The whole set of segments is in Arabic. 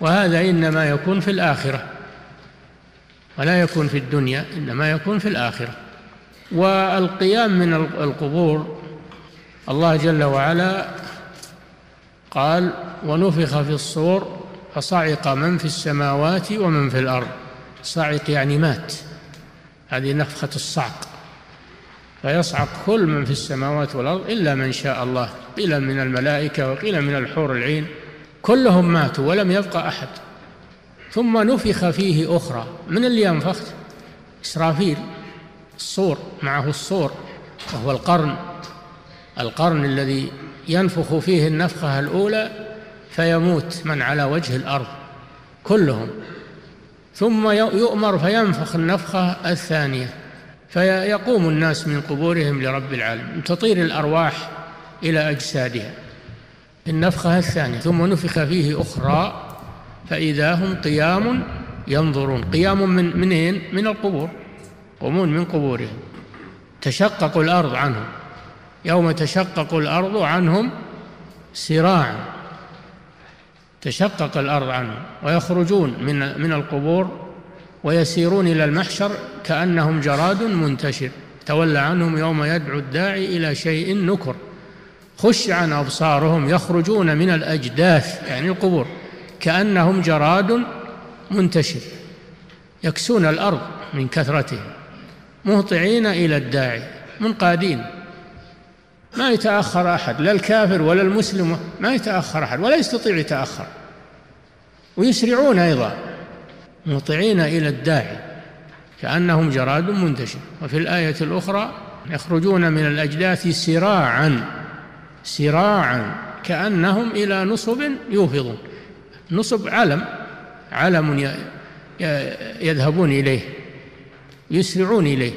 وهذا إنما يكون في الآخرة ولا يكون في الدنيا، إنما يكون في الآخرة. والقيام من القبور، الله جل وعلا قال: ونفخ في الصور فصعق من في السماوات ومن في الأرض. صعق يعني مات، هذه نفخة الصعق، فيصعق كل من في السماوات والأرض إلا من شاء الله، قيل من الملائكة وقيل من الحور العين، كلهم ماتوا ولم يبقى أحد. ثم نفخ فيه أخرى. من اللي ينفخ؟ إسرافيل، الصور، معه الصور وهو القرن الذي ينفخ فيه النفخة الأولى فيموت من على وجه الأرض كلهم، ثم يؤمر فينفخ النفخة الثانية فيقوم الناس من قبورهم لرب العالمين، تطير الأرواح إلى أجسادها النفخة الثانية. ثم نفخ فيه أخرى فإذا هم قيام ينظرون. قيام منين؟ من القبور، يقومون من قبورهم. تشقق الأرض عنهم، يوم تشقق الأرض عنهم سراعا، تشقق الأرض عنهم ويخرجون من القبور ويسيرون إلى المحشر كأنهم جراد منتشر. تولى عنهم يوم يدعو الداعي إلى شيء نكر، خش عن أبصارهم يخرجون من الأجداث يعني القبور كأنهم جراد منتشر، يكسون الأرض من كثرتهم، مهطعين إلى الداعي، منقادين، ما يتأخر أحد، لا الكافر ولا المسلم، ما يتأخر أحد ولا يستطيع يتأخر، ويسرعون أيضا مهطعين إلى الداعي كأنهم جراد منتشر. وفي الآية الأخرى يخرجون من الأجداث سراعا كأنهم إلى نصب يوفضون. نصب علم يذهبون إليه، يسرعون إليه،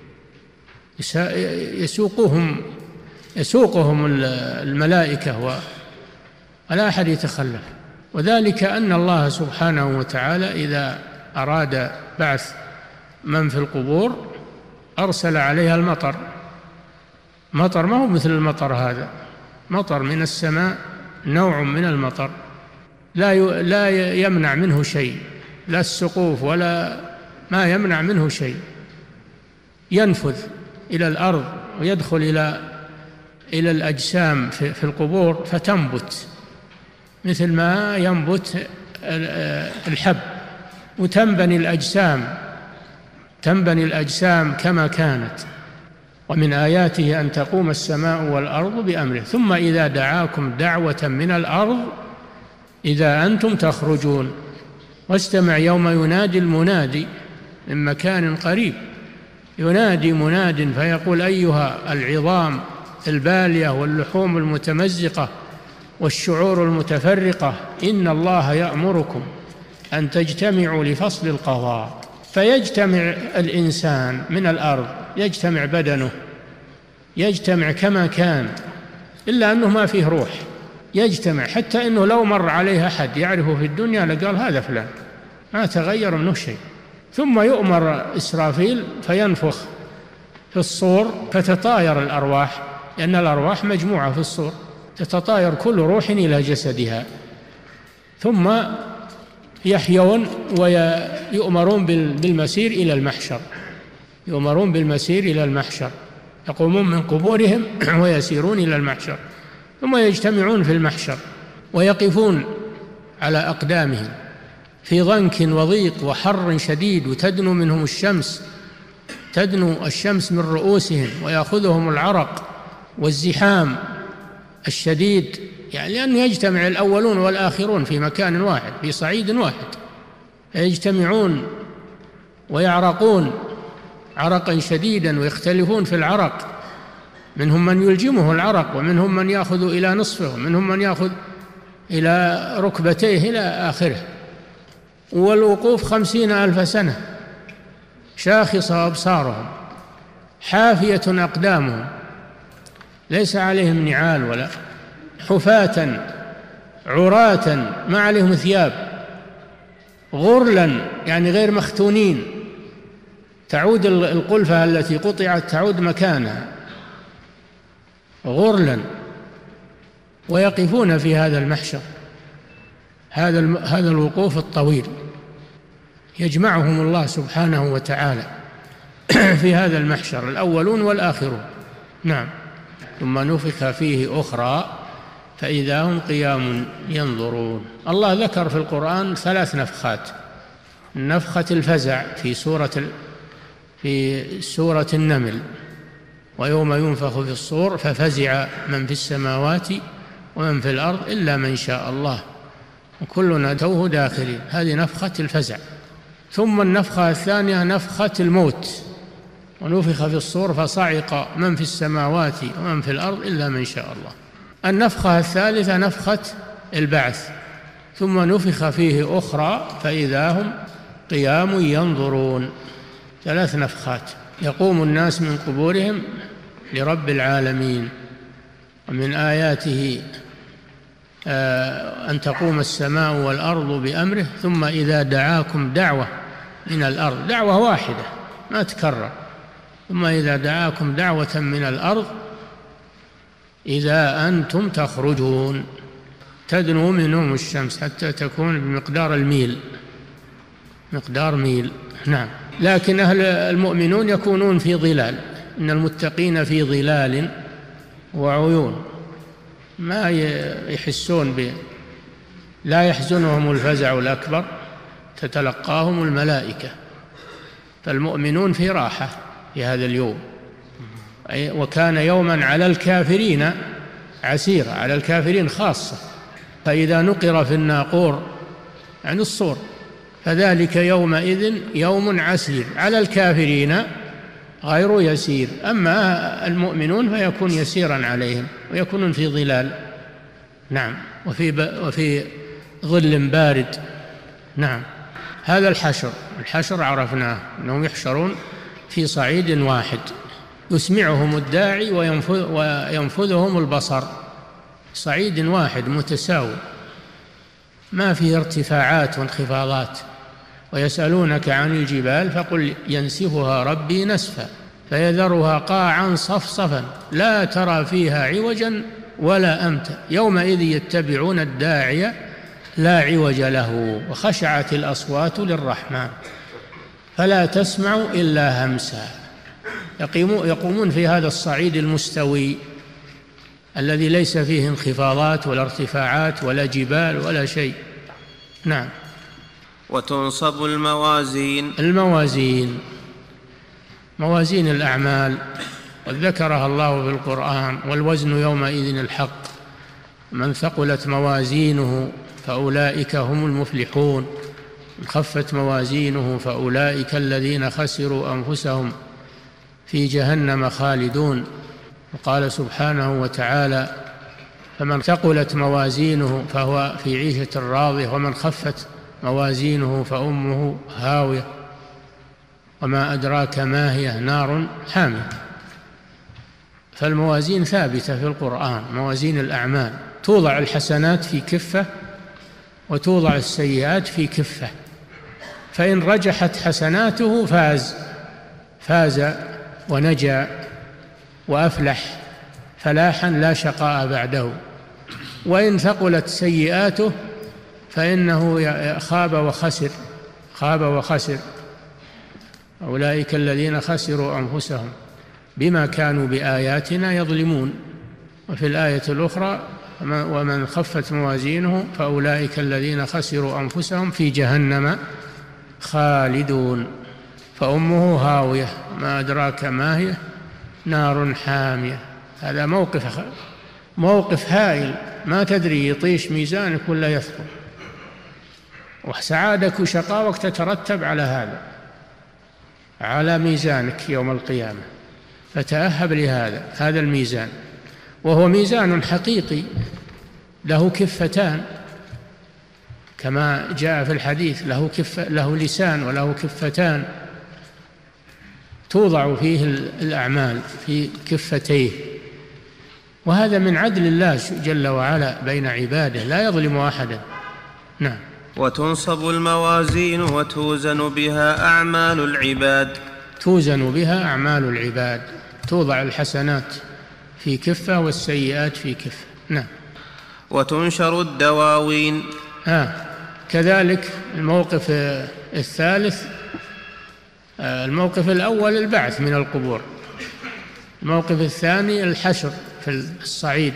يسوقهم الملائكة ولا أحد يتخلف. وذلك أن الله سبحانه وتعالى إذا أراد بعث من في القبور أرسل عليها المطر. مطر ما هو مثل المطر هذا، مطر من السماء، نوع من المطر لا يمنع منه شيء، لا السقوف ولا ما يمنع منه شيء، ينفذ إلى الأرض ويدخل إلى الأجسام في القبور فتنبت مثل ما ينبت الحب، وتنبني الأجسام كما كانت. ومن آياته أن تقوم السماء والأرض بأمره ثم إذا دعاكم دعوة من الأرض إذا أنتم تخرجون. واستمع يوم ينادي المنادي من مكان قريب، ينادي مناد فيقول: أيها العظام البالية واللحوم المتمزقة والشعور المتفرقة، إن الله يأمركم أن تجتمعوا لفصل القضاء. فيجتمع الإنسان من الأرض، يجتمع بدنه، يجتمع كما كان، إلا أنه ما فيه روح، يجتمع حتى أنه لو مر عليه أحد يعرفه في الدنيا لقال هذا فلان، ما تغير منه شيء. ثم يؤمر إسرافيل فينفخ في الصور فتطاير الأرواح، لأن الأرواح مجموعة في الصور، تتطاير كل روح إلى جسدها، ثم يحيون ويؤمرون بالمسير إلى المحشر، يؤمرون بالمسير إلى المحشر، يقومون من قبورهم ويسيرون إلى المحشر، ثم يجتمعون في المحشر ويقفون على أقدامهم في ضنك وضيق وحر شديد، وتدنو منهم الشمس، تدنو الشمس من رؤوسهم ويأخذهم العرق والزحام الشديد، يعني لأنه يجتمع الأولون والآخرون في مكان واحد، في صعيد واحد، يجتمعون ويعرقون عرقا شديدا ويختلفون في العرق، منهم من يلجمه العرق، ومنهم من يأخذ إلى نصفه، ومنهم من يأخذ إلى ركبتيه إلى آخره. والوقوف 50,000 سنة، شاخصة أبصارهم، حافية أقدامهم، ليس عليهم نعال ولا، حفاة عراة ما عليهم ثياب، غرلا يعني غير مختونين، تعود القلفة التي قطعت تعود مكانها، غرلا، ويقفون في هذا المحشر هذا الوقوف الطويل يجمعهم الله سبحانه وتعالى في هذا المحشر، الأولون والآخرون. نعم. ثم نفخ فيه أخرى فإذا هم قيام ينظرون. الله ذكر في القرآن 3 نفخات: نفخة الفزع في سورة النمل: ويوم ينفخ في الصور ففزع من في السماوات ومن في الأرض إلا من شاء الله وكلنا أتوه داخلين. هذه نفخة الفزع. ثم النفخة الثانية نفخة الموت: ونفخ في الصور فصعق من في السماوات ومن في الأرض إلا من شاء الله. النفخة الثالثة نفخة البعث: ثم نفخ فيه أخرى فإذا هم قيام ينظرون. 3 نفخات يقوم الناس من قبورهم لرب العالمين. ومن آياته أن تقوم السماء والأرض بأمره ثم إذا دعاكم دعوة من الأرض، دعوة واحدة ما تكرر، ثم إذا دعاكم دعوة من الأرض إذا أنتم تخرجون. تدنو منهم الشمس حتى تكون بمقدار الميل، مقدار ميل. نعم. لكن أهل المؤمنون يكونون في ظلال، إن المتقين في ظلال وعيون، ما يحسون لا يحزنهم الفزع الأكبر، تتلقاهم الملائكة. فالمؤمنون في راحة في هذا اليوم. وكان يوما على الكافرين عسيرا، على الكافرين خاصة. فإذا نقر في الناقور عن الصور فذلك يومئذ يوم عسير، على الكافرين غير يسير. أما المؤمنون فيكون يسيرا عليهم ويكونون في ظلال. نعم. وفي ظل بارد. نعم. هذا الحشر عرفناه أنهم يحشرون في صعيد واحد، يسمعهم الداعي وينفذهم البصر. صعيد واحد متساوي ما فيه ارتفاعات وانخفاضات. ويسألونك عن الجبال فقل ينسفها ربي نسفا فيذرها قاعا صفصفا لا ترى فيها عوجا ولا أمتا يومئذ يتبعون الداعي لا عوج له وخشعت الأصوات للرحمن فلا تسمع إلا همسا. يقومون في هذا الصعيد المستوي الذي ليس فيه انخفاضات ولا ارتفاعات ولا جبال ولا شيء. نعم. وتنصب الموازين موازين الأعمال وذكرها الله في القرآن: والوزن يومئذ الحق من ثقلت موازينه فأولئك هم المفلحون من خفت موازينه فأولئك الذين خسروا أنفسهم في جهنم خالدون. وقال سبحانه وتعالى: فمن ثقلت موازينه فهو في عيشة راضية ومن خفت موازينه فأمه هاوية وما أدراك ما هي نار حامية. فالموازين ثابتة في القرآن، موازين الأعمال توضع الحسنات في كفة وتوضع السيئات في كفة، فإن رجحت حسناته فاز ونجا وأفلح فلاحا لا شقاء بعده، وإن ثقلت سيئاته فإنه خاب وخسر. أولئك الذين خسروا أنفسهم بما كانوا بآياتنا يظلمون. وفي الآية الأخرى: ومن خفت موازينه فأولئك الذين خسروا أنفسهم في جهنم خالدون فأمه هاوية ما أدراك ما هي نار حامية. هذا موقف هائل، ما تدري يطيش ميزانك ولا يثقل، وسعادك وشقاوك تترتب على على ميزانك يوم القيامة. فتأهب هذا الميزان، وهو ميزان حقيقي له كفتان كما جاء في الحديث: له لسان وله كفتان توضع فيه الأعمال في كفتيه. وهذا من عدل الله جل وعلا بين عباده، لا يظلم أحدا. نعم. وتنصب الموازين وتوزن بها أعمال العباد. توزن بها أعمال العباد، توضع الحسنات في كفة والسيئات في كفة. نعم. وتنشر الدواوين. كذلك الموقف الثالث، الموقف الأول البعث من القبور، الموقف الثاني الحشر في الصعيد،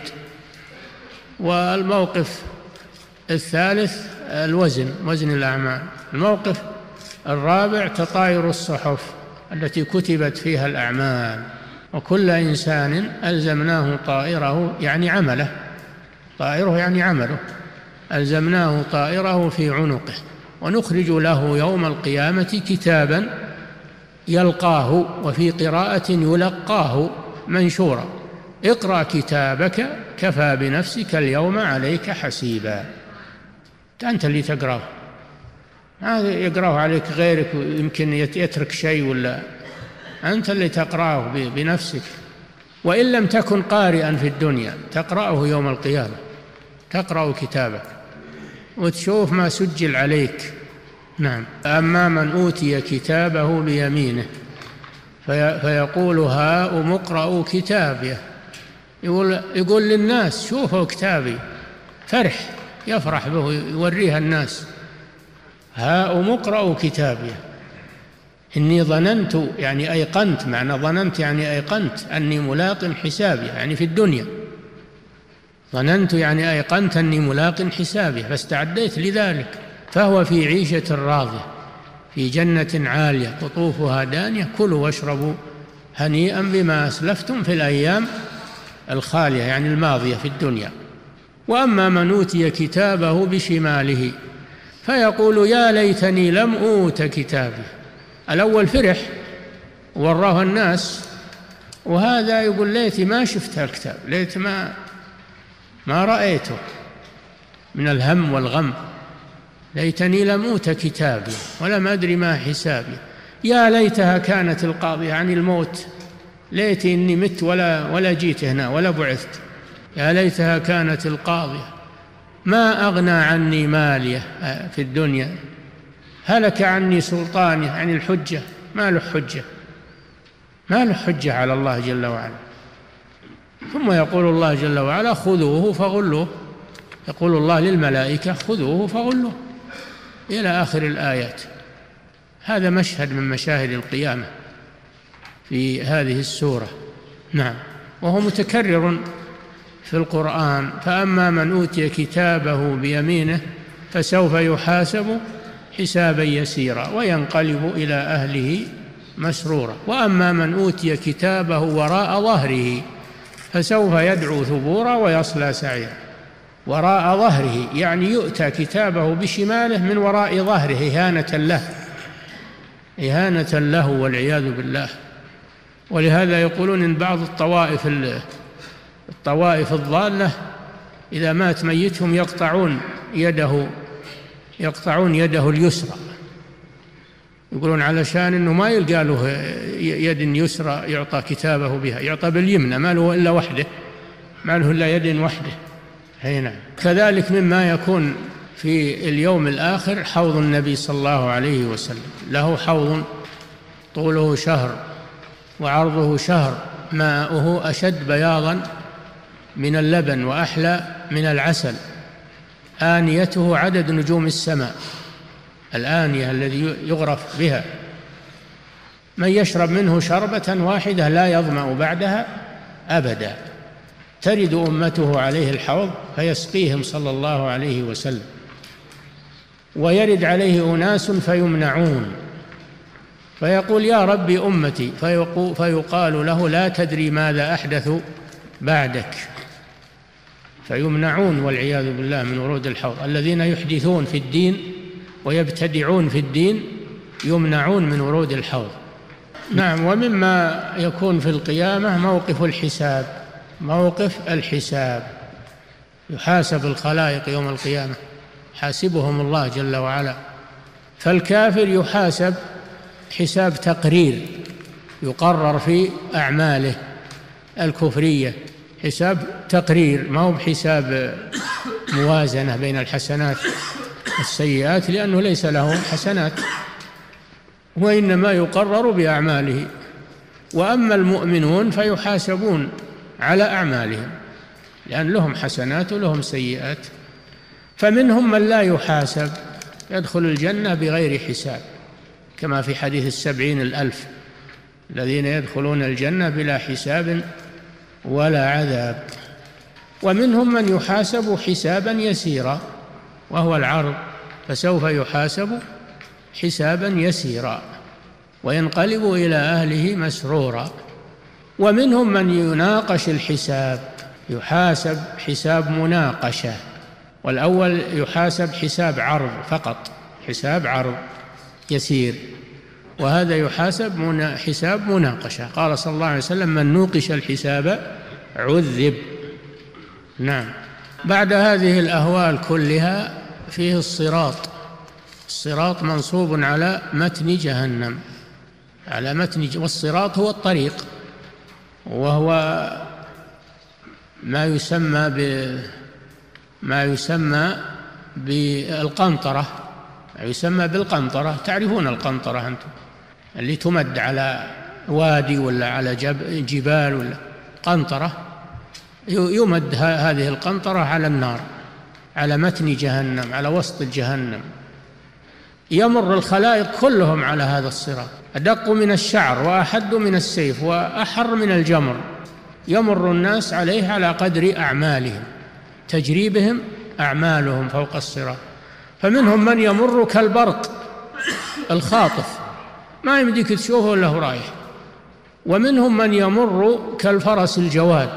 والموقف الثالث وزن الأعمال، الموقف الرابع تطاير الصحف التي كتبت فيها الأعمال، وكل إنسان ألزمناه طائره يعني عمله، طائره يعني عمله، ألزمناه طائره في عنقه ونخرج له يوم القيامة كتابا يلقاه، وفي قراءة يلقاه منشورا، اقرأ كتابك كفى بنفسك اليوم عليك حسيبا. أنت اللي تقرأه، هذا يقرأه عليك غيرك ويمكن يترك شيء، ولا أنت اللي تقرأه بنفسك، وإن لم تكن قارئا في الدنيا تقرأه يوم القيامة، تقرأ كتابك وتشوف ما سجل عليك. نعم. أما من أوتي كتابه بيمينه فيقول هاؤم اقرءوا كتابيه، يقول للناس شوفوا كتابي، فرح، يفرح به يوريها الناس، هاؤم اقرءوا كتابيه إني ظننت يعني أيقنت، معنى ظننت يعني أيقنت أني ملاق حسابي، يعني في الدنيا ظننت يعني أيقنت أني ملاق حسابي فاستعديت لذلك، فهو في عيشة راضية في جنة عالية قطوفها دانية، كلوا واشربوا هنيئا بما أسلفتم في الأيام الخالية يعني الماضية في الدنيا. وأما من أوتي كتابه بشماله فيقول يا ليتني لم أوت كتابي، الأول فرح وراه الناس، وهذا يقول ليتي ما شفت الكتاب، ليت ما رأيته من الهم والغم، ليتني لم أوت كتابي ولم أدري ما حسابي، يا ليتها كانت القاضية يعني الموت، ليتي إني مت ولا جيت هنا ولا بعثت، يا ليتها كانت القاضية ما أغنى عني مالية في الدنيا، هلك عني سلطاني يعني الحجة، ما له حجة على الله جل وعلا. ثم يقول الله جل وعلا خذوه فغلوه، يقول الله للملائكة خذوه فغلوه إلى آخر الآيات. هذا مشهد من مشاهد القيامة في هذه السورة. نعم. وهو متكرر في القرآن. فأما من أوتي كتابه بيمينه فسوف يحاسب حسابا يسيرا وينقلب إلى أهله مسرورا، وأما من أوتي كتابه وراء ظهره فسوف يدعو ثبورا ويصلى سعيرا. وراء ظهره يعني يؤتى كتابه بشماله من وراء ظهره إهانة له والعياذ بالله. ولهذا يقولون إن بعض الطوائف الضالة إذا مات ميتهم يقطعون يده اليسرى، يقولون علشان أنه ما يلقى له يد يسرى يعطى كتابه بها، يعطى باليمنى، ما له إلا وحده، ما له إلا يد وحده. هنا كذلك مما يكون في اليوم الآخر حوض النبي صلى الله عليه وسلم، له حوض طوله شهر وعرضه شهر، ماؤه أشد بياضا من اللبن وأحلى من العسل، آنيته عدد نجوم السماء، الآنية الذي يغرف بها، من يشرب منه شربة واحدة لا يظمأ بعدها أبدا. ترد أمته عليه الحوض فيسقيهم صلى الله عليه وسلم، ويرد عليه أناس فيمنعون، فيقول يا ربي أمتي، فيقال له لا تدري ماذا أحدث بعدك، فيمنعون والعياذ بالله من ورود الحوض. الذين يحدثون في الدين ويبتدعون في الدين يمنعون من ورود الحوض. نعم. ومما يكون في القيامة موقف الحساب، يحاسب الخلائق يوم القيامة، حاسبهم الله جل وعلا. فالكافر يحاسب حساب تقرير، يقرر في أعماله الكفرية، حساب تقرير، ما هو بحساب موازنة بين الحسنات والسيئات، لأنه ليس له حسنات، وإنما يقرر بأعماله. وأما المؤمنون فيحاسبون على أعمالهم، لأن لهم حسنات ولهم سيئات. فمنهم من لا يحاسب يدخل الجنة بغير حساب، كما في حديث 70,000 الذين يدخلون الجنة بلا حساب ولا عذاب. ومنهم من يحاسب حسابا يسيرا وهو العرض، فسوف يحاسب حسابا يسيرا وينقلب إلى أهله مسرورا. ومنهم من يناقش الحساب، يحاسب حساب مناقشة، والأول يحاسب حساب عرض فقط، حساب عرض يسير، وهذا يحاسب حساب مناقشة. قال صلى الله عليه وسلم: من نوقش الحساب عذب. نعم. بعد هذه الأهوال كلها فيه الصراط. الصراط منصوب على متن جهنم، على متن والصراط هو الطريق، وهو ما يسمى بالقنطرة، يسمى بالقنطرة. تعرفون القنطرة أنتم، اللي تمد على وادي ولا على جبال ولا قنطرة، يمد هذه القنطرة على النار، على متن جهنم، على وسط جهنم. يمر الخلائق كلهم على هذا الصراط، أدق من الشعر وأحد من السيف وأحر من الجمر. يمر الناس عليه على قدر أعمالهم، تجري بهم أعمالهم فوق الصراط. فمنهم من يمر كالبرق الخاطف، ما يمديك تشوفه إلا هو رايح. ومنهم من يمر كالفرس الجواد،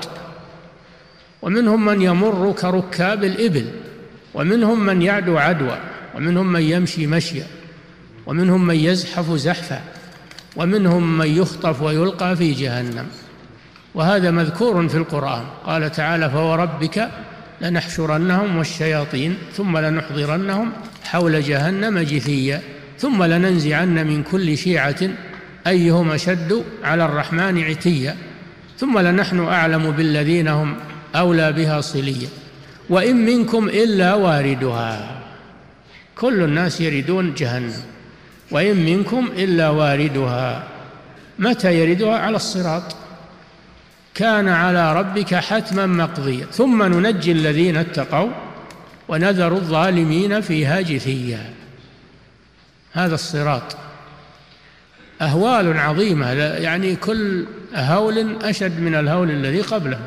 ومنهم من يمر كركاب الإبل، ومنهم من يعدو عدوى، ومنهم من يمشي مشيا، ومنهم من يزحف زحفا، ومنهم من يخطف ويلقى في جهنم. وهذا مذكور في القرآن. قال تعالى: فوربك لنحشرنهم والشياطين ثم لنحضرنهم حول جهنم جثيا ثم لننزعن من كل شيعة أيهم أشد على الرحمن عتيا ثم لنحن أعلم بالذين هم أولى بها صليا وإن منكم إلا واردها. كل الناس يردون جهنم، وإن منكم إلا واردها. متى يردها؟ على الصراط، كان على ربك حتما مقضيا ثم ننجي الذين اتقوا ونذر الظالمين فيها جثيا. هذا الصراط أهوال عظيمة، يعني كل هول أشد من الهول الذي قبله.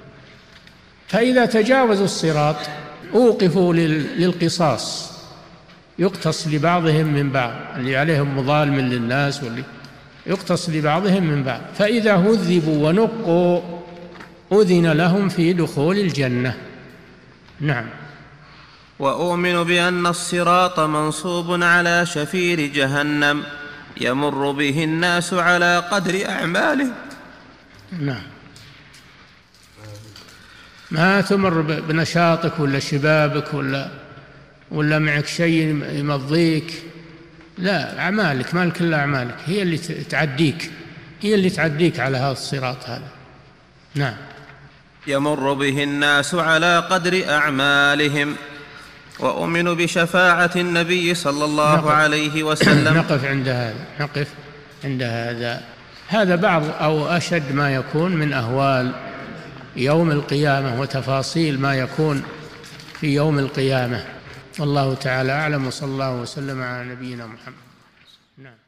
فإذا تجاوزوا الصراط أوقفوا للقصاص، يقتص لبعضهم من بعض، اللي عليهم مظالم للناس واللي يقتص لبعضهم من بعض. فإذا هذبوا ونقوا أذن لهم في دخول الجنة. نعم. وأؤمن بأن الصراط منصوب على شفير جهنم يمر به الناس على قدر أعماله. نعم. ما تمر بنشاطك ولا شبابك ولا معك شيء يمضيك، لا، أعمالك، ما لك إلا أعمالك هي اللي تعديك، هي اللي تعديك على هذا الصراط هذا. نعم. يمر به الناس على قدر أعمالهم. وأؤمن بشفاعة النبي صلى الله عليه وسلم. نقف عند هذا. هذا بعض أو أشد ما يكون من أهوال يوم القيامة وتفاصيل ما يكون في يوم القيامة. والله تعالى أعلم، وصلى الله وسلم على نبينا محمد. نعم.